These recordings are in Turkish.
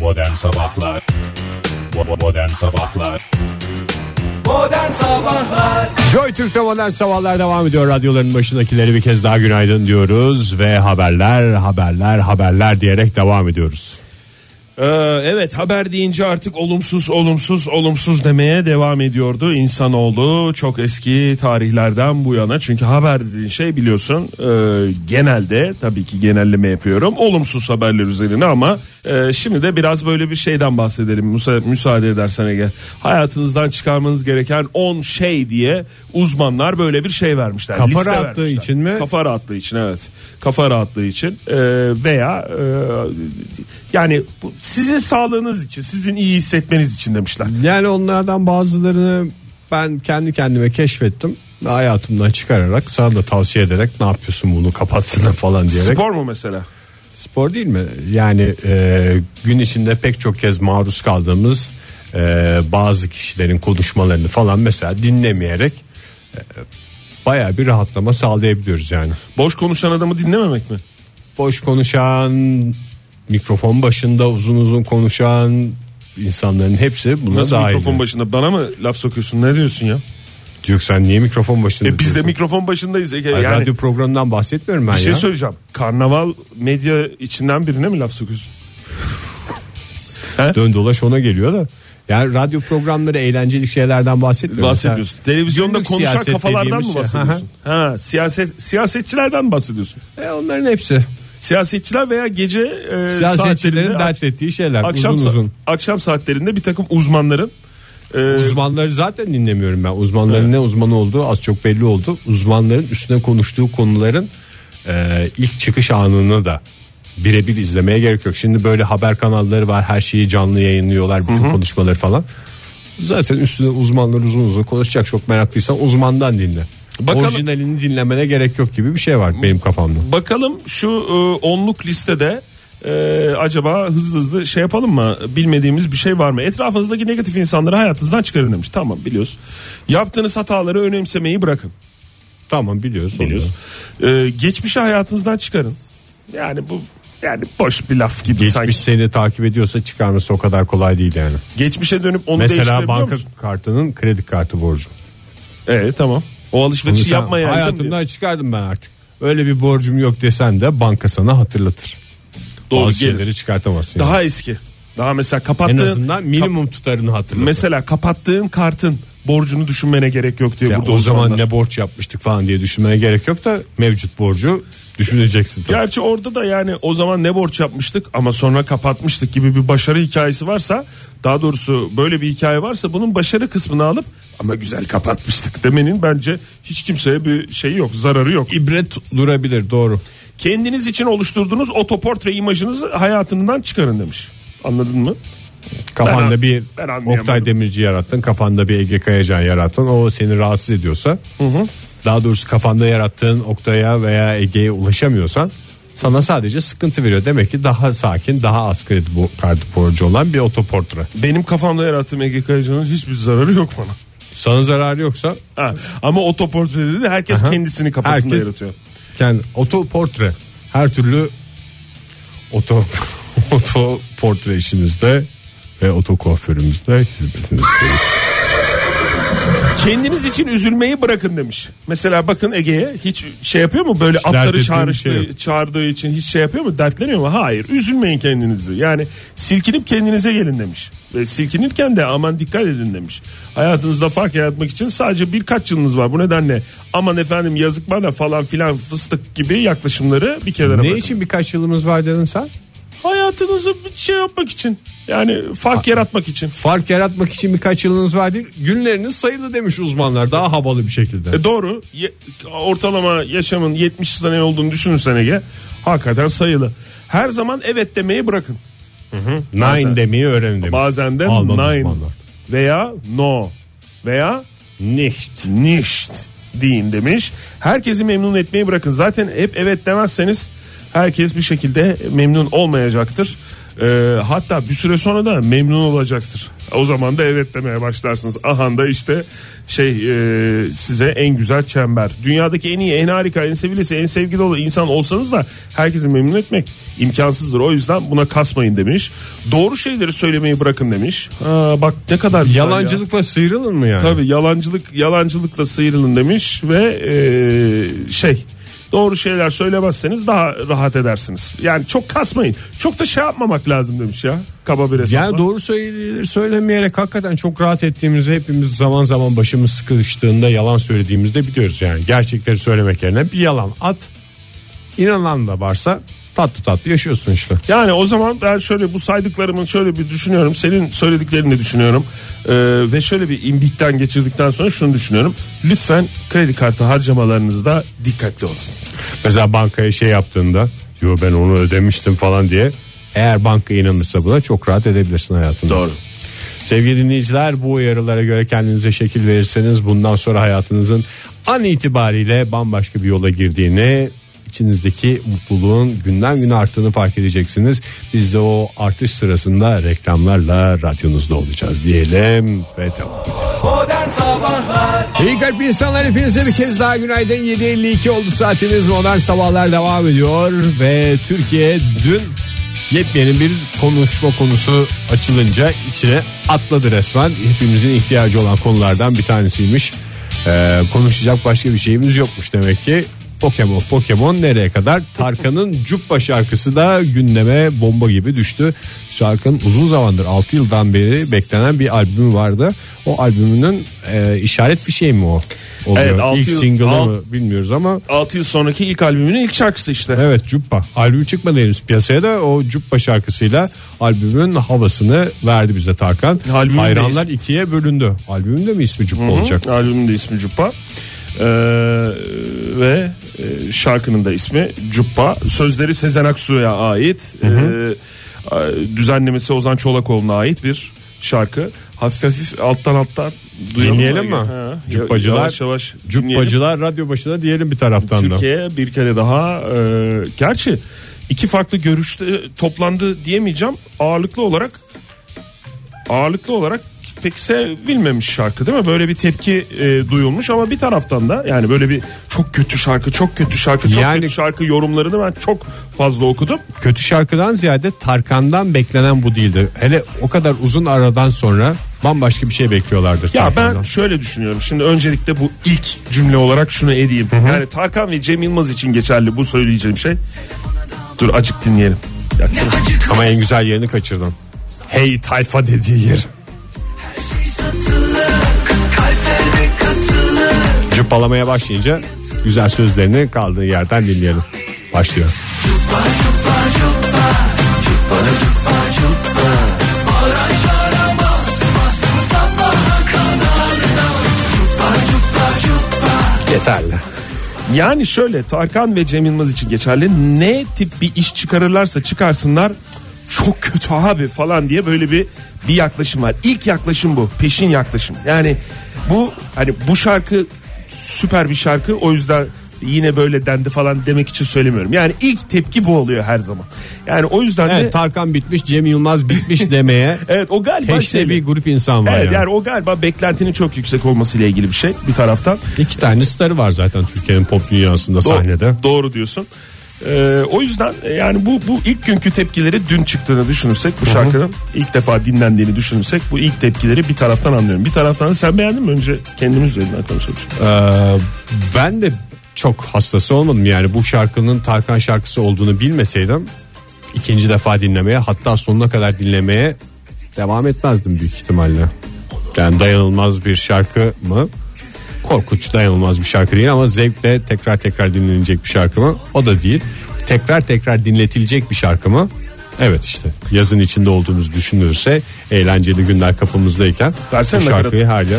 Modern Sabahlar. Modern Sabahlar. Modern Sabahlar. Joy Türk'te Modern Sabahlar devam ediyor. Radyoların başındakileri bir kez daha günaydın diyoruz ve haberler diyerek devam ediyoruz. Evet, haber deyince artık olumsuz demeye devam ediyordu insanoğlu çok eski tarihlerden bu yana. Çünkü haber dediğin şey biliyorsun genelde, tabii ki genelleme yapıyorum, olumsuz haberler üzerine ama şimdi de biraz böyle bir şeyden bahsedelim müsaade edersen Ege. Hayatınızdan çıkarmanız gereken 10 şey diye uzmanlar böyle bir şey vermişler. Kafa rahatlığı için mi? Kafa rahatlığı için, evet. Kafa rahatlığı için veya yani sizin sağlığınız için, sizin iyi hissetmeniz için demişler. Yani onlardan bazılarını ben kendi kendime keşfettim. Hayatımdan çıkararak sana da tavsiye ederek ne yapıyorsun bunu kapatsın falan diyerek. Spor mu mesela? Spor değil mi? Yani gün içinde pek çok kez maruz kaldığımız bazı kişilerin konuşmalarını falan mesela dinlemeyerek bayağı bir rahatlama sağlayabiliyoruz yani. Boş konuşan adamı dinlememek mi? Boş konuşan, mikrofon başında uzun konuşan insanların hepsi buna nasıl dahil. Mikrofon başında bana mı laf sokuyorsun, ne diyorsun ya? Yok, sen niye mikrofon başında? Biz de mikrofon başındayız Ege. Yani, yani radyo programından bahsetmiyorum ben bir ya. şey söyleyeceğim. Karnaval medya içinden birine mi laf sokuyorsun? Dön dolaş ona geliyor da. Yani radyo programları eğlenceli şeylerden bahsetmiyorum. Bahsediyorsun. Televizyonda günlük konuşan siyaset kafalardan mı dediğimiz şey. bahsediyorsun? Ha, siyasetçilerden mi bahsediyorsun? Onların hepsi. Siyasetçiler veya gece siyasetçilerin dert ettiği şeyler uzun. Akşam saatlerinde bir takım uzmanların uzmanları zaten dinlemiyorum ben. Uzmanların ne uzmanı olduğu az çok belli oldu. Uzmanların üstüne konuştuğu konuların ilk çıkış anını da birebir izlemeye gerek yok. Şimdi böyle haber kanalları var, her şeyi canlı yayınlıyorlar, bütün konuşmaları falan. Zaten üstüne uzmanlar uzun konuşacak, çok meraklıysan uzmandan dinle. Bakalım, orijinalini dinlemene gerek yok gibi bir şey var benim kafamda. Bakalım şu onluk listede acaba hızlı şey yapalım mı? Bilmediğimiz bir şey var mı? Etrafınızdaki negatif insanları hayatınızdan çıkarın demiş. Tamam, biliyoruz. Yaptığınız hataları önemsemeyi bırakın. Tamam, biliyoruz. Geçmişi hayatınızdan çıkarın. Yani bu boş bir laf gibi Geçmiş sanki. seni takip ediyorsa çıkarması o kadar kolay değil yani. Geçmişe dönüp onu mesela banka musun? kartının kredi kartı borcu. Tamam. O alışverişi yapmayaydım. Hayatımdan çıkardım ben artık. Öyle bir borcum yok desen de banka sana hatırlatır. Doğru, bazı şeyleri çıkartamazsın. Daha yani. Eski. Daha mesela kapattığın, en azından minimum tutarını hatırlatır. Mesela kapattığın kartın borcunu düşünmene gerek yok diye burada o zaman ne borç yapmıştık falan diye düşünmene gerek yok da mevcut borcu düşüneceksin tabii. Gerçi orada da yani o zaman ne borç yapmıştık ama sonra kapatmıştık gibi bir başarı hikayesi varsa, daha doğrusu böyle bir hikaye varsa bunun başarı kısmını alıp ama güzel kapatmıştık demenin bence hiç kimseye bir şeyi yok, zararı yok. İbret durabilir, doğru. Kendiniz için oluşturduğunuz otoportre imajınızı hayatından çıkarın demiş. Anladın mı? Kafanda bir Oktay Demirci yarattın, kafanda bir Ege Kayacan yarattın, o seni rahatsız ediyorsa, daha doğrusu kafanda yarattığın Oktay'a veya Ege'ye ulaşamıyorsan sana sadece sıkıntı veriyor. Demek ki daha sakin, daha az kredi kartı borcu olan bir otoportre. Benim kafamda yarattığım Ege Kayacan'ın hiçbir zararı yok bana. Sana zararı yoksa. Ama otoportrede de herkes kendisini kafasında yaratıyor. Yani otoportre her türlü otoportre işinizde ve otokuaförümüzde hizmetinizdeyiz. Kendiniz için üzülmeyi bırakın demiş. Mesela bakın Ege'ye hiç şey yapıyor mu böyle, hiç atları çağırdığı için hiç şey yapıyor mu, dertleniyor mu? Hayır, üzülmeyin kendinizi. Yani silkinip kendinize gelin demiş. Ve silkinirken de aman dikkat edin demiş. Hayatınızda fark yaratmak için sadece birkaç yılınız var. Bu nedenle aman efendim yazık bana falan filan fıstık gibi yaklaşımları bir kenara bırakın. Ne için birkaç yılımız var dedin sen? Hayatınızı şey yapmak için. Yani fark yaratmak için. Fark yaratmak için birkaç yılınız var değil. Günleriniz sayılı demiş uzmanlar, daha havalı bir şekilde. Doğru. Ortalama yaşamın 70 sene olduğunu düşünürsen Ege, hakikaten sayılı. Her zaman evet demeyi bırakın. Nine demeyi öğrenin demiş. Bazen de nine veya no veya nicht deyin demiş. Herkesi memnun etmeyi bırakın. Zaten hep evet demezseniz herkes bir şekilde memnun olmayacaktır. Hatta bir süre sonra da memnun olacaktır. O zaman da evet demeye başlarsınız. Aha da işte size en güzel çember. Dünyadaki en iyi, en harika, en sevilesi, en sevgili olan insan olsanız da herkesi memnun etmek imkansızdır. O yüzden buna kasmayın demiş. Doğru şeyleri söylemeyi bırakın demiş. Bak ne kadar güzel. Yalancılıkla sıyrılın mı yani? Tabii yalancılıkla sıyrılın demiş ve doğru şeyler söylemezseniz daha rahat edersiniz. Yani çok kasmayın. Çok da yapmamak lazım demiş ya. Kaba bir hesapla. Yani doğru söylemeyerek hakikaten çok rahat ettiğimizi hepimiz zaman zaman başımız sıkıştığında yalan söylediğimizde biliyoruz yani. Gerçekleri söylemek yerine bir yalan at. İnanan da varsa tatlı yaşıyorsun işte. Yani o zaman ben şöyle bu saydıklarımın şöyle bir düşünüyorum. Senin söylediklerini de düşünüyorum. Ve şöyle bir imbikten geçirdikten sonra şunu düşünüyorum. Lütfen kredi kartı harcamalarınızda dikkatli olun. Mesela bankaya yaptığında ben onu ödemiştim falan diye, eğer banka inanırsa buna çok rahat edebilirsin hayatında. Doğru. Sevgili dinleyiciler, bu uyarılara göre kendinize şekil verirseniz bundan sonra hayatınızın an itibariyle bambaşka bir yola girdiğini, içinizdeki mutluluğun günden güne arttığını fark edeceksiniz. Biz de o artış sırasında reklamlarla radyonuzda olacağız diyelim ve devam. Modern Sabahlar. İyi kalp insanlar, hepinize bir kez daha günaydın. 7.52 oldu saatimiz. Modern Sabahlar devam ediyor ve Türkiye dün yepyeni bir konuşma konusu açılınca içine atladı resmen. Hepimizin ihtiyacı olan konulardan bir tanesiymiş. Konuşacak başka bir şeyimiz yokmuş demek ki. Pokemon nereye kadar? Tarkan'ın Cuppa şarkısı da gündeme bomba gibi düştü. Şarkının uzun zamandır 6 yıldan beri beklenen bir albümü vardı. O albümünün işaret fişeği mi o? Oluyor. Evet, İlk single'ı mı bilmiyoruz ama 6 yıl sonraki ilk albümünün ilk şarkısı işte. Evet, Cuppa. Albüm çıkmadı henüz piyasaya da, o Cuppa şarkısıyla albümün havasını verdi bize Tarkan. Albümün hayranlar ikiye bölündü. Albümün de mi ismi Cuppa olacak? Albümün de ismi Cuppa. Ve şarkının da ismi Cuppa. Sözleri Sezen Aksu'ya ait. Düzenlemesi Ozan Çolakoğlu'na ait bir şarkı. Hafif alttan dinleyelim mi? Cuppacılar, yavaş Cuppacılar radyo başına diyelim bir taraftan da. Türkiye bir kere daha gerçi iki farklı görüşte toplandı diyemeyeceğim. Ağırlıklı olarak pek sevilmemiş şarkı, değil mi? Böyle bir tepki duyulmuş ama bir taraftan da yani böyle bir çok kötü şarkı yorumlarını ben çok fazla okudum. Kötü şarkıdan ziyade Tarkan'dan beklenen bu değildi. Hele o kadar uzun aradan sonra bambaşka bir şey bekliyorlardır. Ya Tarkan'dan. Ben şöyle düşünüyorum. Şimdi öncelikle bu ilk cümle olarak şunu edeyim. Yani Tarkan ve Cem Yılmaz için geçerli bu söyleyeceğim şey. Dur açık dinleyelim. Ama en güzel yerini kaçırdın. Hey tayfa dediği yer. Cuppalamaya başlayınca güzel sözlerini kaldığı yerden dinleyelim. Başlıyor. Yeterli. Yani şöyle, Tarkan ve Cem Yılmaz için geçerli. Ne tip bir iş çıkarırlarsa çıkarsınlar çok kötü abi falan diye böyle bir yaklaşım var. İlk yaklaşım bu. Peşin yaklaşım. Yani bu şarkı süper bir şarkı, o yüzden yine böyle dendi falan demek için söylemiyorum. Yani ilk tepki bu oluyor her zaman. Yani o yüzden de Tarkan bitmiş, Cem Yılmaz bitmiş demeye. Evet, o galiba peşte bir grup insan var. Evet, yani o galiba beklentinin çok yüksek olmasıyla ilgili bir şey bir taraftan. 2 tane starı var zaten Türkiye'nin pop dünyasında sahnede. Doğru diyorsun. O yüzden yani bu ilk günkü tepkileri dün çıktığını düşünürsek, bu şarkının ilk defa dinlendiğini düşünürsek bu ilk tepkileri bir taraftan anlıyorum. Bir taraftan da sen beğendin mi? Önce kendimiz üzerinden konuşalım. Ben de çok hastası olmadım. Yani bu şarkının Tarkan şarkısı olduğunu bilmeseydim ikinci defa dinlemeye, hatta sonuna kadar dinlemeye devam etmezdim büyük ihtimalle. Yani dayanılmaz bir şarkı mı? Korkunç dayanılmaz bir şarkı değil ama zevkle tekrar dinlenecek bir şarkı mı? O da değil. Tekrar dinletilecek bir şarkı mı? Evet, işte yazın içinde olduğumuzu düşünülürse, eğlenceli günler kapımızdayken versene bu şarkıyı hala.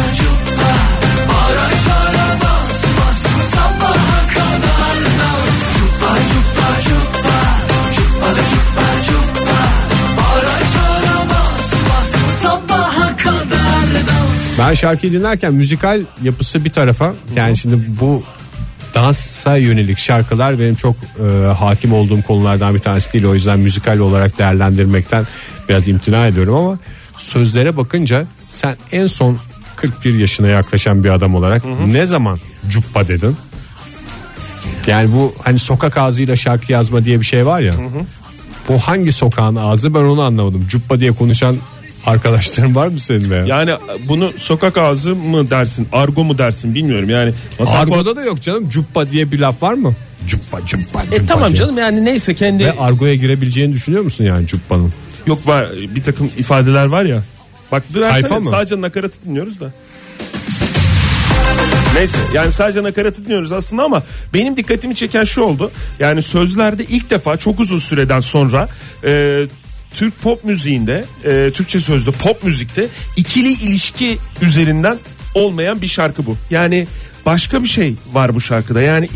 Ben şarkıyı dinlerken müzikal yapısı bir tarafa, yani şimdi bu dansa yönelik şarkılar benim çok hakim olduğum konulardan bir tanesi değil. O yüzden müzikal olarak değerlendirmekten biraz imtina ediyorum ama sözlere bakınca sen en son 41 yaşına yaklaşan bir adam olarak ne zaman cuppa dedin? Yani bu hani sokak ağzıyla şarkı yazma diye bir şey var ya. Bu hangi sokağın ağzı, ben onu anlamadım. Cuppa diye konuşan arkadaşların var mı senin de? Yani bunu sokak ağzı mı dersin, argo mu dersin bilmiyorum yani. Argo'da da yok canım, cuppa diye bir laf var mı? Cuppa Tamam diye. canım, yani neyse kendi. Ve argoya girebileceğini düşünüyor musun yani cuppanın? Yok, var bir takım ifadeler var ya. Bak Tayfa mı? sadece nakaratı dinliyoruz da. Neyse, yani sadece nakaratı dinliyoruz aslında ama benim dikkatimi çeken şu oldu. Yani sözlerde ilk defa çok uzun süreden sonra Türk pop müziğinde, Türkçe sözlü pop müzikte ikili ilişki üzerinden olmayan bir şarkı bu. Yani başka bir şey var bu şarkıda. Yani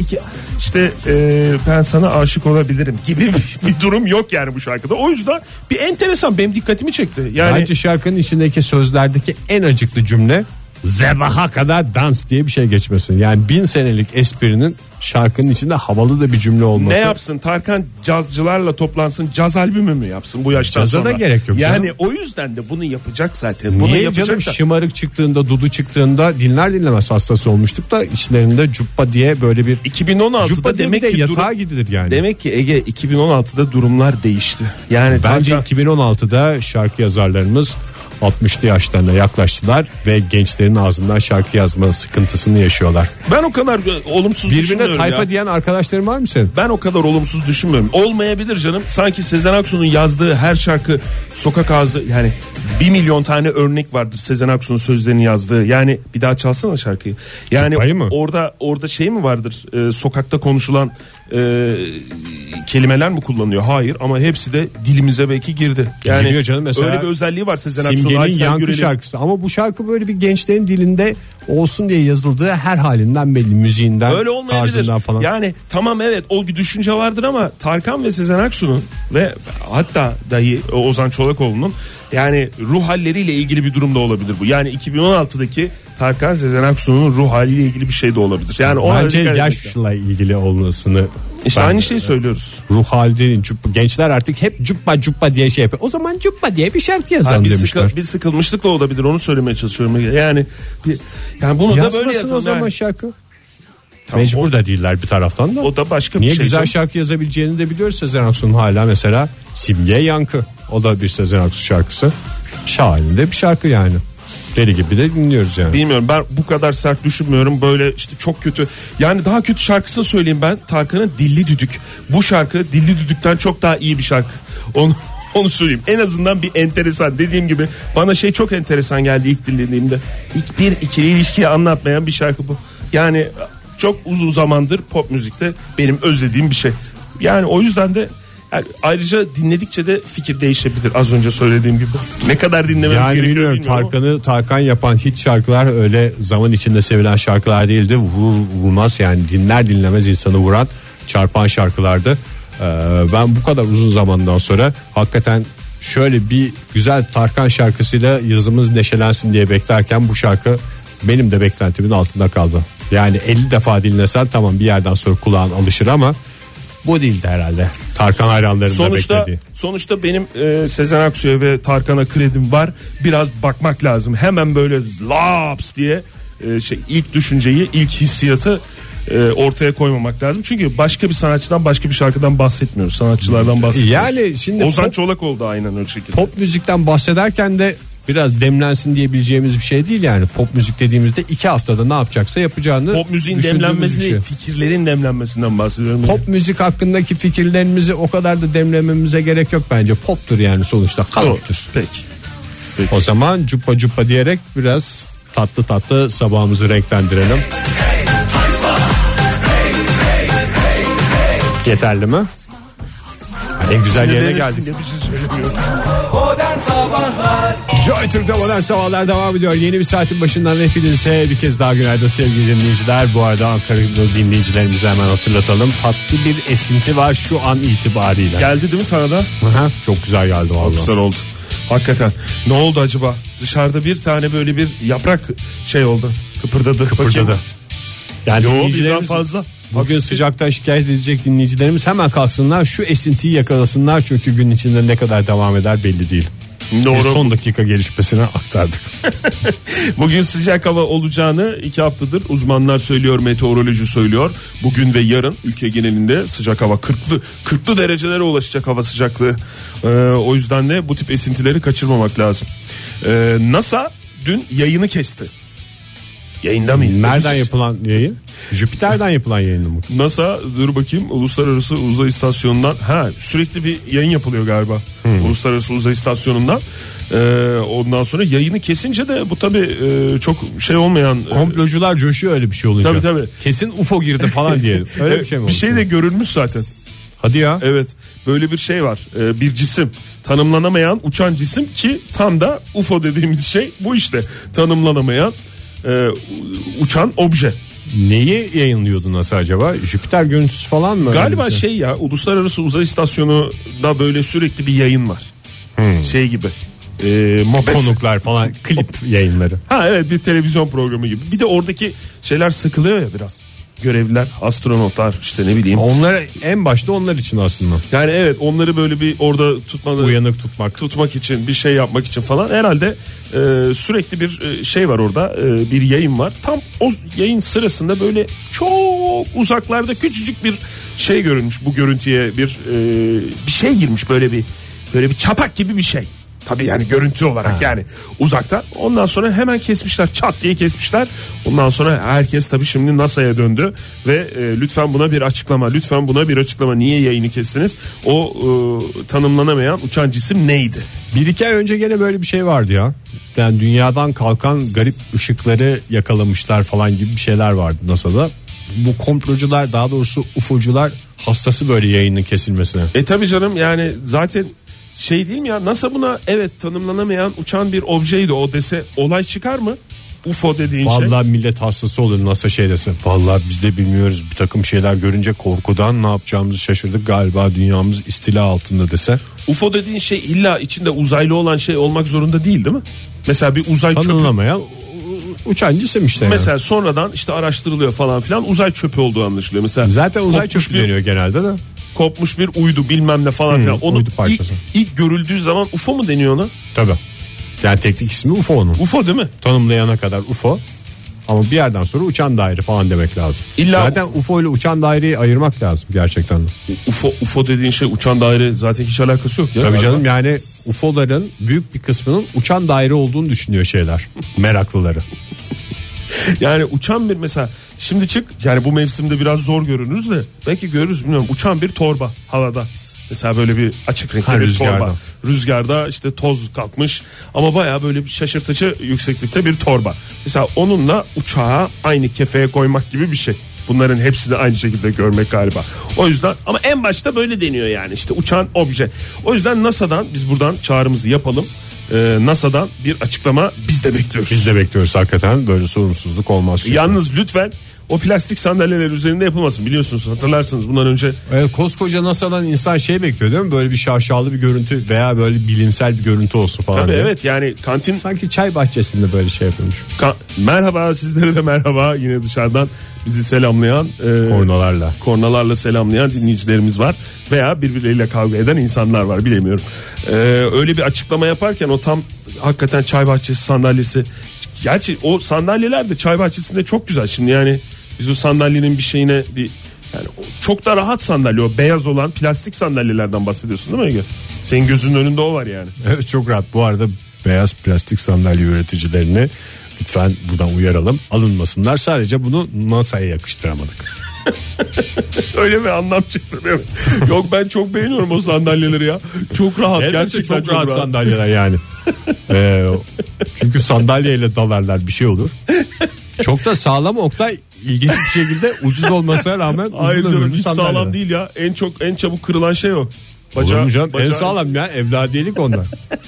ben sana aşık olabilirim gibi bir durum yok yani bu şarkıda. O yüzden bir enteresan, benim dikkatimi çekti. Yani bence şarkının içindeki sözlerdeki en acıklı cümle zebaha kadar dans diye bir şey geçmesin. Yani 1000 senelik esprinin şarkının içinde havalı da bir cümle olması. Ne yapsın Tarkan, cazcılarla toplansın, caz albümü mü yapsın bu yaştan Caza sonra? da gerek yok yani canım. o yüzden de bunu yapacak zaten. Bunu Niye yapacak canım, da. şımarık çıktığında, dudu çıktığında dinler dinlemez hastası olmuştuk da içlerinde cuppa diye böyle bir 2016'da cuppa demek de ki yatağa gidilir yani. Demek ki Ege, 2016'da durumlar değişti. Yani Bence Tarkan, 2016'da şarkı yazarlarımız 60'lı yaşlarına yaklaştılar ve gençlerin ağzından şarkı yazma sıkıntısını yaşıyorlar. ben o kadar olumsuz Birbirine düşünmüyorum tayfa ya. diyen arkadaşların var mı senin? Ben o kadar olumsuz düşünmüyorum. Olmayabilir canım. Sanki Sezen Aksu'nun yazdığı her şarkı sokak ağzı, yani 1 milyon tane örnek vardır Sezen Aksu'nun sözlerini yazdığı. Yani bir daha çalsana şarkıyı. Yani Cupayı mı? orada şey mi vardır? Sokakta konuşulan kelimeler mi kullanıyor? Hayır, ama hepsi de dilimize belki girdi. Yani Giriyor canım, mesela öyle bir özelliği var Sezen Aksu'nun. Simge'nin Aysel Yankı Gürel'in. şarkısı, ama bu şarkı böyle bir gençlerin dilinde olsun diye yazıldığı, her halinden belli, müziğinden, Öyle olmayabilir. tarzından falan. Yani tamam, evet, o düşünce vardır ama Tarkan ve Sezen Aksu'nun ve hatta dahi Ozan Çolakoğlu'nun yani ruh halleriyle ilgili bir durum da olabilir bu. Yani 2016'daki Tarkan, Sezen Aksu'nun ruh haliyle ilgili bir şey de olabilir. Yani Bence yaşla ilgili olmasını. İşte aynı şeyi söylüyoruz. Ruh hali değil, gençler artık hep cuppa cuppa diye şey yapıyor. O zaman cuppa diye bir şarkı yazalım demişler. Bir sıkılmışlık da olabilir, onu söylemeye çalışıyorum. Yani bunu da böyle Yazmasın yazalım. o zaman yani. şarkı. Tamam, Mecbur da değiller bir taraftan da. O da başka Niye bir şey. güzel canım. şarkı yazabileceğini de biliyoruz Sezen Aksu'nun hala. Mesela Simge Yankı, o da bir Sezen Aksu şarkısı. Şahaninde bir şarkı yani. Deli gibi de dinliyoruz yani. Bilmiyorum, ben bu kadar sert düşünmüyorum. Böyle işte çok kötü. Yani daha kötü şarkısını söyleyeyim ben. Tarkan'ın Dilli Düdük. Bu şarkı Dilli Düdük'ten çok daha iyi bir şarkı. Onu söyleyeyim. En azından bir enteresan. Dediğim gibi bana çok enteresan geldi ilk dinlediğimde. Bir ikili ilişkiyi anlatmayan bir şarkı bu. Yani çok uzun zamandır pop müzikte benim özlediğim bir şey. Yani o yüzden de ayrıca dinledikçe de fikir değişebilir, az önce söylediğim gibi. Ne kadar dinlememiz Yani gerekiyor bilmiyorum, bilmiyorum. Tarkan yapan hit şarkılar öyle zaman içinde sevilen şarkılar değildi. Vurmaz yani, dinler dinlemez insanı vuran, çarpan şarkılardı. Ben bu kadar uzun zamandan sonra hakikaten şöyle bir güzel Tarkan şarkısıyla yazımız neşelensin diye beklerken bu şarkı benim de beklentimin altında kaldı. Yani 50 defa dinlesen tamam, bir yerden sonra kulağın alışır ama bu değildi herhalde Tarkan hayranlarının da beklediği. Sonuçta benim Sezen Aksu'ya ve Tarkan'a kredim var. Biraz bakmak lazım. Hemen böyle laps diye ilk düşünceyi, ilk hissiyatı ortaya koymamak lazım. Çünkü başka bir sanatçıdan, başka bir şarkıdan bahsetmiyoruz. Sanatçılardan bahsediyoruz. Yani şimdi Ozan Çolakoğlu da aynen öyle şekilde. Pop müzikten bahsederken de biraz demlensin diyebileceğimiz bir şey değil yani. Pop müzik dediğimizde 2 haftada ne yapacaksa yapacağını Pop müziğin düşündüğümüz demlenmesi bir şey. değil, fikirlerin demlenmesinden bahsediyorum. Pop müzik hakkındaki fikirlerimizi o kadar da demlememize gerek yok bence. Poptur yani, sonuçta kalıptır. Peki. O zaman cuppa cuppa diyerek biraz tatlı tatlı sabahımızı renklendirelim. Yeterli mi? En güzel yerine geldik. Modern Sabahlar Joy Türk'te Modern Sabahlar devam ediyor. Yeni bir saatin başından hepinize bir kez daha günaydın sevgili dinleyiciler. Bu arada Ankara'da dinleyicilerimize hemen hatırlatalım. Tatlı bir esinti var şu an itibariyle. Geldi değil mi sana da? Aha, çok güzel geldi vallahi. Çok güzel oldu. Hakikaten. Ne oldu acaba? Dışarıda bir tane böyle bir yaprak oldu. Kıpırdadı. Bakayım. Yani Yo, birden dinleyicilerimiz fazla. bugün Aksi. sıcaktan şikayet edecek dinleyicilerimiz hemen kalksınlar, şu esintiyi yakalasınlar, çünkü gün içinde ne kadar devam eder belli değil. Bir son dakika gelişmesine aktardık. Bugün sıcak hava olacağını 2 haftadır uzmanlar söylüyor, meteoroloji söylüyor. Bugün ve yarın ülke genelinde sıcak hava 40'lı derecelere ulaşacak hava sıcaklığı. O yüzden de bu tip esintileri kaçırmamak lazım. NASA dün yayını kesti. Yayında mıyız? Nereden yapılan yayın? Jüpiter'den yapılan yayın mı? NASA dur bakayım, Uluslararası Uzay İstasyonu'ndan sürekli bir yayın yapılıyor galiba. Uluslararası Uzay İstasyonu'ndan. Ondan sonra yayını kesince de bu tabii çok şey olmayan. Komplocular coşuyor öyle bir şey olunca. Tabii. Kesin UFO girdi falan diyelim. Öyle bir şey mi? Bir şey de görülmüş zaten. Hadi ya. Evet, böyle bir şey var. Bir cisim, tanımlanamayan uçan cisim ki tam da UFO dediğimiz şey bu işte. Tanımlanamayan uçan obje. Neyi yayınlıyordu NASA acaba? Jüpiter görüntüsü falan mı? Galiba şey ya, Uluslararası Uzay İstasyonu'da böyle sürekli bir yayın var. Şey gibi. Konuklar falan, klip yayınları. Evet, bir televizyon programı gibi. Bir de oradaki şeyler sıkılıyor ya biraz. Görevliler, astronotlar, işte ne bileyim. Onları en başta onlar için aslında. Yani evet, onları böyle bir orada uyanık tutmak için, bir şey yapmak için falan herhalde sürekli bir şey var orada, bir yayın var. Tam o yayın sırasında böyle çok uzaklarda küçücük bir şey görünmüş, bu görüntüye bir şey girmiş, böyle bir çapak gibi bir şey. Tabii yani görüntü olarak yani uzakta. Ondan sonra hemen kesmişler, çat diye kesmişler. Ondan sonra herkes tabii şimdi NASA'ya döndü ve lütfen buna bir açıklama. Niye yayını kestiniz? O tanımlanamayan uçan cisim neydi? 1-2 ay önce gene böyle bir şey vardı ya. Yani dünyadan kalkan garip ışıkları yakalamışlar falan gibi bir şeyler vardı NASA'da. Bu komplocular, daha doğrusu UFO'cular hastası böyle yayının kesilmesine. Tabii canım, yani zaten şey değil mi ya, NASA buna evet tanımlanamayan uçan bir objeydi o dese olay çıkar mı? UFO dediğin Vallahi millet hastası olur NASA şey dese. Vallahi biz de bilmiyoruz, bir takım şeyler görünce korkudan ne yapacağımızı şaşırdık, galiba dünyamız istila altında dese. UFO dediğin şey illa içinde uzaylı olan şey olmak zorunda değil mi? Mesela bir uzay çöpü. Tanımlamayan uçan cisim işte. Mesela yani sonradan işte araştırılıyor falan filan, uzay çöpü olduğu anlaşılıyor. Mesela zaten uzay çöpü deniyor genelde de. Kopmuş bir uydu bilmem ne falan filan. Onu ilk görüldüğü zaman UFO mu deniyor ona? Tabii. Yani teknik ismi UFO onun. UFO değil mi? Tanımlayana kadar UFO. Ama bir yerden sonra uçan daire falan demek lazım. Zaten UFO ile uçan daireyi ayırmak lazım gerçekten. UFO dediğin şey, uçan daire zaten hiç alakası yok ya. Tabii canım, yani UFO'ların büyük bir kısmının uçan daire olduğunu düşünüyor şeyler. Meraklıları. Yani uçan bir, mesela şimdi çık, yani bu mevsimde biraz zor görünürüz de belki görürüz, bilmiyorum, uçan bir torba havada. Mesela böyle bir açık renkli bir torba. Rüzgarda işte toz kalkmış ama baya böyle bir şaşırtıcı yükseklikte bir torba. Mesela onunla uçağı aynı kefeye koymak gibi bir şey. Bunların hepsini aynı şekilde görmek galiba. O yüzden ama en başta böyle deniyor yani, işte uçan obje. O yüzden NASA'dan biz buradan çağrımızı yapalım. NASA'dan bir açıklama biz de bekliyoruz. Biz de bekliyoruz hakikaten, böyle sorumsuzluk olmaz. Yalnız lütfen o plastik sandalyeler üzerinde yapılmasın, biliyorsunuz, hatırlarsınız bundan önce. Koskoca NASA'dan insan şey bekliyor değil mi? Böyle bir şaşalı bir görüntü veya böyle bilimsel bir görüntü olsun falan. Tabii diye. evet, yani kantin. Sanki çay bahçesinde böyle şey yapılmış. Merhaba, sizlere de merhaba, yine dışarıdan bizi selamlayan kornalarla selamlayan dinleyicilerimiz var veya birbirleriyle kavga eden insanlar var, bilemiyorum. Öyle bir açıklama yaparken o tam hakikaten çay bahçesi sandalyesi. Gerçi o sandalyeler de çay bahçesinde çok güzel. Şimdi yani biz o sandalyenin bir şeyine yani çok da rahat sandalye, o beyaz olan plastik sandalyelerden bahsediyorsun değil mi Ege? Senin gözünün önünde o var yani. Evet, çok rahat. Bu arada beyaz plastik sandalye üreticilerini lütfen buradan uyaralım, alınmasınlar. Sadece bunu NASA'ya yakıştıramadık. Öyle bir anlam çıktı değil mi? Yok, ben çok beğeniyorum o sandalyeleri ya. Çok rahat. Elbette gerçekten çok rahat sandalyeler yani. Çünkü sandalyeyle dalarlar, bir şey olur. Çok da sağlam, Oktay, ilginç bir şekilde ucuz olmasına rağmen hayır uzun canım, hiç sandalyeler. sağlam değil ya. En çabuk kırılan şey o. En sağlam ya, evladiyelik onlar.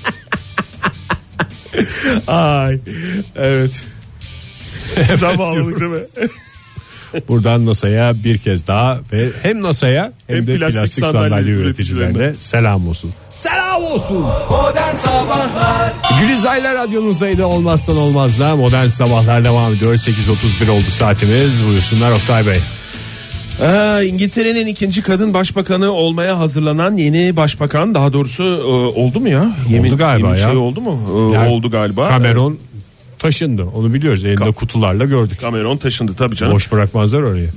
Ay evet. Güzel bağladık değil mi? Buradan NASA'ya bir kez daha ve hem NASA'ya hem de plastik sandalye üreticilerine selam olsun. Selam olsun. Modern Sabahlar. Gülizaylar radyonuzdaydı, olmazsan olmazlar. Modern Sabahlar devam ediyor. 8.31 oldu saatimiz. Buyursunlar Oktay Bey. İngiltere'nin ikinci kadın başbakanı olmaya hazırlanan yeni başbakan, daha doğrusu oldu mu ya? Oldu galiba ya. Şey oldu mu? Yani oldu galiba. Cameron taşındı, onu biliyoruz, elinde kutularla gördük. Cameron taşındı tabii canım. Boş bırakmazlar orayı.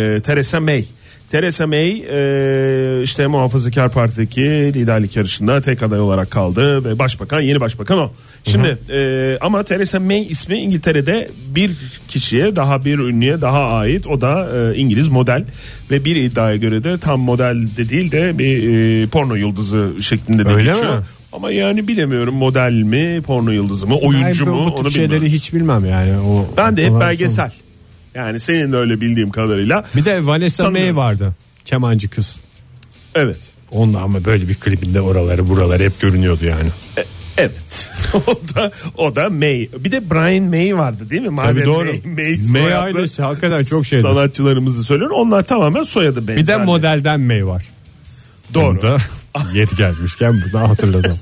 Theresa May işte Muhafazakar Parti'deki liderlik yarışında tek aday olarak kaldı ve yeni başbakan o. Şimdi ama Theresa May ismi İngiltere'de bir kişiye, daha bir ünlüye daha ait, o da İngiliz model ve bir iddiaya göre de tam model de değil de bir porno yıldızı şeklinde de geçiyor. Öyle mi? Ama yani bilemiyorum, model mi, porno yıldızı mı, oyuncu mu, bu onu şeyleri bilmiyorum. hiç bilmem yani. Ben de hep belgesel. Yani senin de öyle bildiğim kadarıyla. Bir de Vanessa May vardı, kemancı kız. Evet. Onunla ama böyle bir klibinde buraları hep görünüyordu yani. Evet. o da May. Bir de Brian May vardı değil mi? Tabii doğru. May ailesi hakikaten çok şeydir. Sanatçılarımızı söylüyorum. Onlar tamamen soyadı benzer. Bir de modelden May var. Doğru. Da yeri gelmişken bunu hatırladım.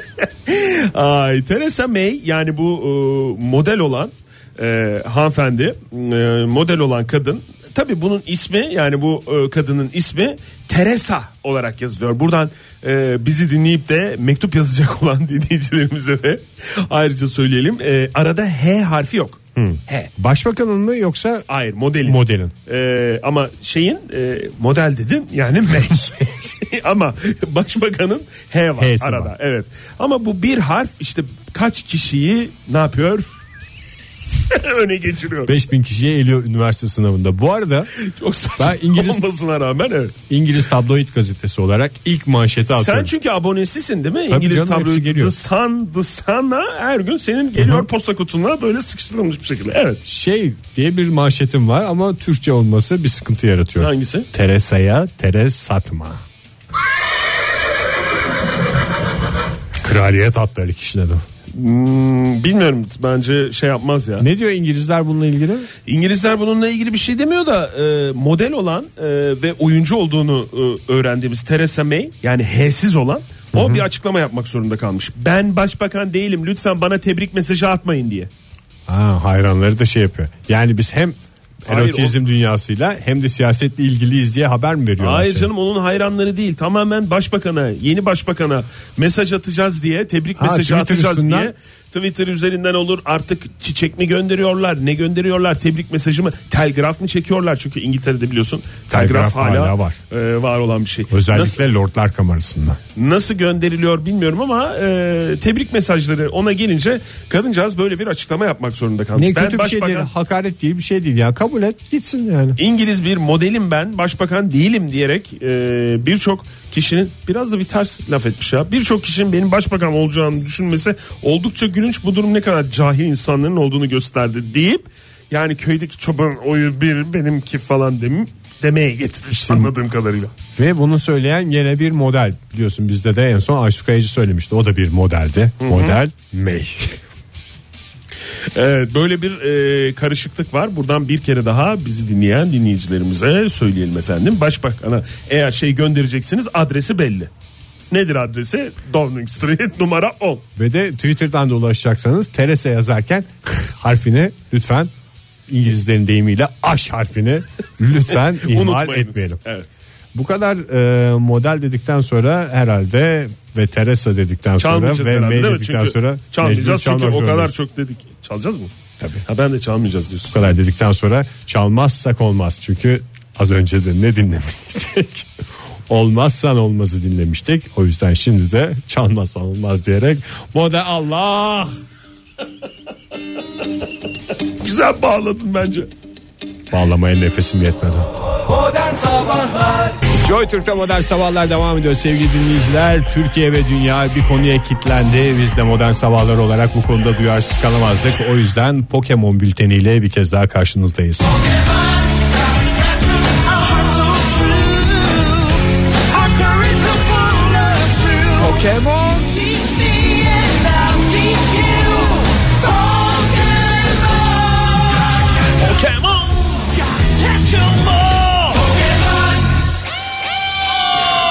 Ay, Theresa May yani bu model olan hanımefendi, model olan kadın. Tabii bunun ismi, yani bu kadının ismi Teresa olarak yazılıyor. Buradan bizi dinleyip de mektup yazacak olan dinleyicilerimize de ayrıca söyleyelim. Arada H harfi yok. H. Başbakanın mı yoksa? Hayır, modelin. Ama model dedin yani May. Ama başbakanın H var H'si arada. Var. Evet. Ama bu bir harf işte kaç kişiyi ne yapıyor? Öne geçiriyor. 5000 kişiye eliyor üniversite sınavında. Bu arada çok saçma olmasına rağmen evet. İngiliz tabloid gazetesi olarak ilk manşeti atıyorum. Sen çünkü abonesisin değil mi? Tabii İngiliz canım, tabloid geliyor. The Sun'a her gün senin geliyor posta kutuna böyle sıkıştırılmış bir şekilde. Evet. Şey diye bir manşetim var ama Türkçe olması bir sıkıntı yaratıyor. Hangisi? Teresa'ya Teres satma. Kraliyet atları kişinin adı. Bilmiyorum, bence şey yapmaz ya. Ne diyor İngilizler bununla ilgili? İngilizler bununla ilgili bir şey demiyor da model olan ve oyuncu olduğunu öğrendiğimiz Theresa May, yani H'siz olan o bir açıklama yapmak zorunda kalmış. Ben başbakan değilim, lütfen bana tebrik mesajı atmayın diye. Hayranları da şey yapıyor. Yani biz hem erotizm dünyasıyla hem de siyasetle ilgiliyiz diye haber mi veriyorlar? Hayır canım, onun hayranları değil, tamamen başbakana, yeni başbakana mesaj atacağız diye, tebrik mesajı Twitter atacağız üstünden diye. Twitter üzerinden olur artık, çiçek mi gönderiyorlar, ne gönderiyorlar, tebrik mesajı mı, telgraf mı çekiyorlar, çünkü İngiltere'de biliyorsun telgraf hala var. Var olan bir şey. Özellikle Lordlar Kamerası'nda. Nasıl gönderiliyor bilmiyorum ama tebrik mesajları ona gelince kadıncağız böyle bir açıklama yapmak zorunda kalmış. Ne kötü bir şey değil, hakaret değil bir şey değil ya, kabul et gitsin yani. İngiliz bir modelim ben, başbakan değilim diyerek birçok kişinin, biraz da bir ters laf etmiş ya, birçok kişinin benim başbakan olacağımı düşünmesi oldukça gülünç. Bu durum ne kadar cahil insanların olduğunu gösterdi deyip, yani köydeki çoban oyu bir benimki falan demeye getirmiş anladığım kadarıyla. Ve bunu söyleyen yine bir model, biliyorsun bizde de en son Aysu Kayıcı söylemişti, o da bir modeldi. Model May. Evet, böyle bir karışıklık var. Buradan bir kere daha bizi dinleyen dinleyicilerimize söyleyelim efendim. Başbakana eğer şey göndereceksiniz, adresi belli. Nedir adresi? Downing Street numara 10. Ve de Twitter'dan da ulaşacaksanız Teresa yazarken harfini lütfen, İngilizlerin deyimiyle aş harfini lütfen ihmal etmeyelim. Evet. Bu kadar model dedikten sonra herhalde ve Teresa dedikten sonra ve May dedikten sonra çalmayacağız çünkü o kadar çok dedik. Çalacağız mı? Tabii. Ben de çalmayacağız diyorsun. Bu kadar dedikten sonra çalmazsak olmaz. Çünkü az önce de ne dinlemiştik? Olmazsan olmazı dinlemiştik. O yüzden şimdi de çalmazsan olmaz diyerek model Allah. Güzel bağladın bence. Bağlamaya nefesim yetmedi. Modern Sabahlar. Joy Türk'te Modern Sabahlar devam ediyor sevgili dinleyiciler. Türkiye ve dünya bir konuya kilitlendi. Biz de Modern Sabahlar olarak bu konuda duyarsız kalamazdık. O yüzden Pokemon bülteniyle bir kez daha karşınızdayız. Pokemon.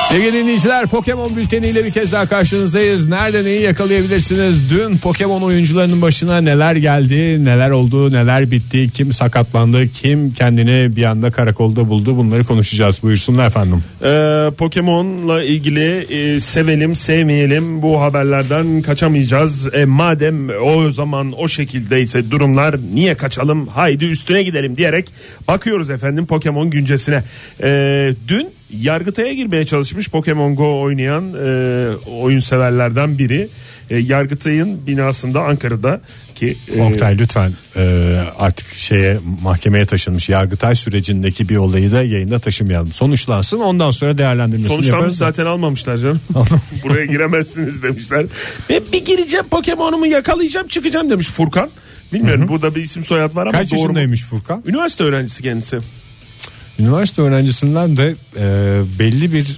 Sevgili dinleyiciler, Pokemon bülteniyle bir kez daha karşınızdayız. Nerede neyi yakalayabilirsiniz? Dün Pokemon oyuncularının başına neler geldi, neler oldu, neler bitti, kim sakatlandı, kim kendini bir anda karakolda buldu, bunları konuşacağız. Buyursunlar efendim. Pokemon'la ilgili sevelim sevmeyelim bu haberlerden kaçamayacağız. Madem o zaman o şekildeyse durumlar, niye kaçalım, haydi üstüne gidelim diyerek bakıyoruz efendim Pokemon güncesine. Dün Yargıtay'a girmeye çalışmış Pokemon Go oynayan oyun severlerden biri. Yargıtay'ın binasında Ankara'da ki Oktay lütfen artık mahkemeye taşınmış Yargıtay sürecindeki bir olayı da yayında taşımayalım. Sonuçlansın, ondan sonra değerlendirmesini yaparız. Sonuçlanmış zaten, almamışlar canım. Buraya giremezsiniz demişler. Ben bir gireceğim, Pokemon'umu yakalayacağım, çıkacağım demiş Furkan. Bilmiyorum, burada bir isim soyad var ama kaç doğru yaşındaymış Furkan? Üniversite öğrencisi kendisi. Üniversite öğrencisinden de belli bir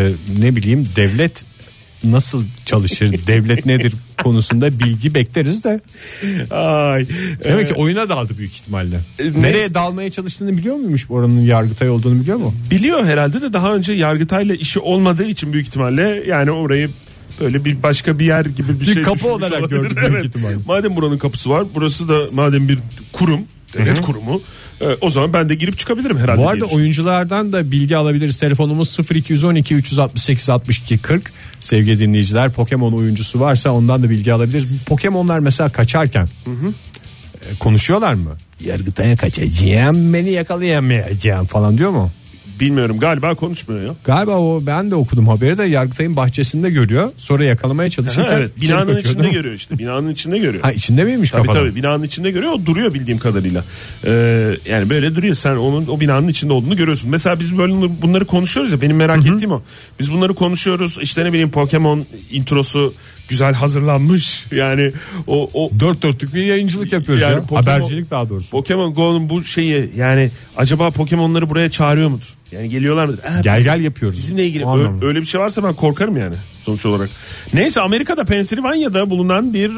devlet nasıl çalışır, devlet nedir konusunda bilgi bekleriz de. Demek ki oyuna daldı büyük ihtimalle. Nereye dalmaya çalıştığını biliyor muymuş, oranın Yargıtay olduğunu biliyor mu? Biliyor herhalde de daha önce Yargıtay'la işi olmadığı için büyük ihtimalle yani orayı böyle bir başka bir yer gibi bir şey kapı olarak gördük büyük ihtimalle. Madem buranın kapısı var, burası da madem bir kurum, devlet kurumu, o zaman ben de girip çıkabilirim herhalde. Bu arada oyunculardan da bilgi alabiliriz. Telefonumuz 0212 368 62 40. Sevgili dinleyiciler, Pokemon oyuncusu varsa ondan da bilgi alabiliriz. Pokemonlar mesela kaçarken konuşuyorlar mı? Yargıtay'a kaçacağım, beni yakalayamayacağım falan diyor mu? Bilmiyorum, galiba konuşmuyor ya. Galiba o, ben de okudum haberi de, Yargıtay'ın bahçesinde görüyor. Sonra yakalamaya çalışırken evet, binanın içinde görüyor işte. Binanın içinde görüyor. Ha, içinde miymiş tabii, kafadan? tabii binanın içinde görüyor. O duruyor bildiğim kadarıyla. Yani böyle duruyor. Sen onun o binanın içinde olduğunu görüyorsun. Mesela biz böyle bunları konuşuyoruz ya. Benim merak ettiğim o. Biz bunları konuşuyoruz. İşte ne bileyim, Pokemon introsu güzel hazırlanmış. Yani o dört dörtlük bir yayıncılık yapıyoruz yani ya. Habercilik daha doğrusu. Pokemon Go'nun bu şeyi, yani acaba Pokemon'ları buraya çağırıyor mudur? Yani geliyorlar mıdır? Gel yapıyoruz. Bizimle ilgili öyle bir şey varsa ben korkarım yani sonuç olarak. Neyse, Amerika'da Pensilvanya'da bulunan bir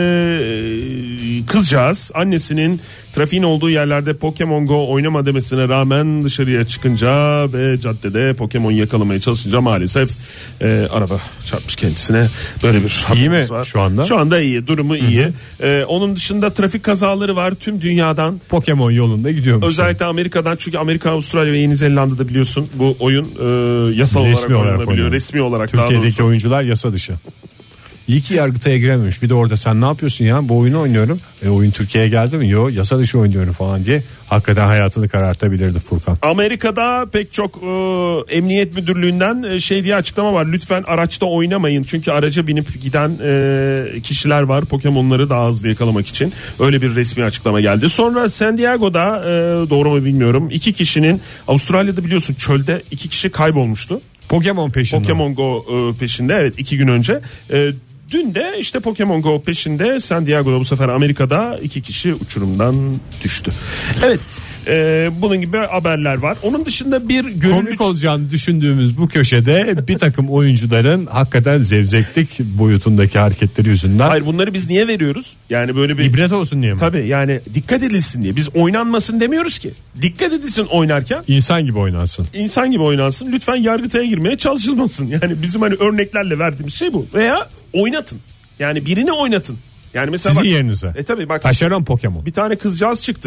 kızcağız annesinin trafiğin olduğu yerlerde Pokemon Go oynama demesine rağmen dışarıya çıkınca ve caddede Pokemon yakalamaya çalışınca maalesef araba çarpmış kendisine. Böyle bir İyi mi var. şu anda? Şu anda iyi, durumu iyi. Onun dışında trafik kazaları var tüm dünyadan. Pokemon yolunda gidiyormuş. Özellikle Amerika'dan, çünkü Amerika, Avustralya ve Yeni Zelanda'da biliyorsun bu oyun yasal resmi olarak oynanabiliyor. Resmi olarak. Türkiye'deki oyuncular yasa dışı. İyi ki Yargıtay'a girememiş. Bir de orada sen ne yapıyorsun ya, bu oyunu oynuyorum. Oyun Türkiye'ye geldi mi? Yok, yasa dışı oynuyorum falan diye hakikaten hayatını karartabilirdi Furkan. Amerika'da pek çok emniyet müdürlüğünden diye açıklama var. Lütfen araçta oynamayın. Çünkü araca binip giden kişiler var Pokemon'ları daha hızlı yakalamak için. Öyle bir resmi açıklama geldi. Sonra San Diego'da doğru mu bilmiyorum, 2 kişinin, Avustralya'da biliyorsun çölde 2 kişi kaybolmuştu. Pokemon peşinde. Pokemon Go peşinde, evet, 2 gün önce. Dün de işte Pokemon Go peşinde San Diego'da, bu sefer Amerika'da 2 kişi uçurumdan düştü. Evet, bunun gibi haberler var. Onun dışında bir komik olacağını düşündüğümüz bu köşede bir takım oyuncuların hakikaten zevzeklik boyutundaki hareketleri yüzünden. Hayır, bunları biz niye veriyoruz? Yani böyle bir ibret olsun diye mi? Tabii, yani dikkat edilsin diye. Biz oynanmasın demiyoruz ki. Dikkat edilsin oynarken. İnsan gibi oynansın. İnsan gibi oynansın. Lütfen Yargıtay'a girmeye çalışılmasın. Yani bizim hani örneklerle verdiğimiz şey bu. Veya oynatın. Yani birini oynatın. Yani mesela sizin yerinize. Tabii bak. Taşeron Pokemon. Bir tane kızcağız çıktı.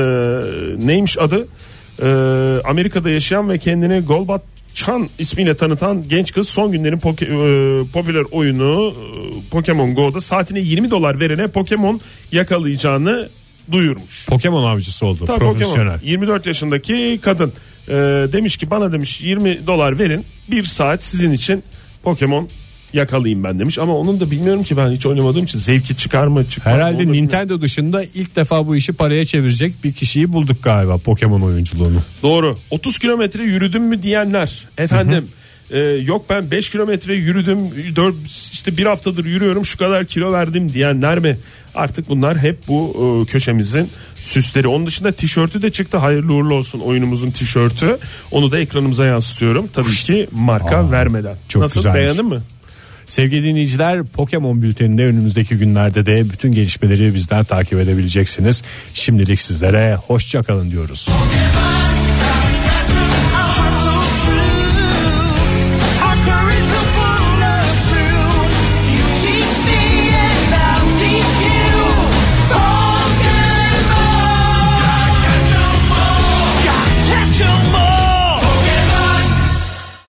Neymiş adı? Amerika'da yaşayan ve kendini Golbat Chan ismiyle tanıtan genç kız son günlerin popüler oyunu Pokemon Go'da saatine $20 verene Pokemon yakalayacağını duyurmuş. Pokemon avcısı oldu. Tabii, profesyonel. Pokemon. 24 yaşındaki kadın demiş ki bana demiş $20 verin, 1 saat sizin için Pokemon yakalayayım ben demiş. Ama onun da bilmiyorum ki, ben hiç oynamadığım için zevki çıkar mı çıkmaz mı? Herhalde Nintendo dışında ilk defa bu işi paraya çevirecek bir kişiyi bulduk galiba, Pokemon oyunculuğunu. Doğru. 30 kilometre yürüdüm mü diyenler. Efendim yok ben 5 kilometre yürüdüm, 1 haftadır yürüyorum, şu kadar kilo verdim diyenler mi? Artık bunlar hep bu köşemizin süsleri. Onun dışında tişörtü de çıktı. Hayırlı uğurlu olsun oyunumuzun tişörtü. Onu da ekranımıza yansıtıyorum. Tabii ki marka vermeden. Çok nasıl, güzelmiş. beğendin mi? Sevgili dinleyiciler, Pokemon bülteninde önümüzdeki günlerde de bütün gelişmeleri bizden takip edebileceksiniz. Şimdilik sizlere hoşça kalın diyoruz.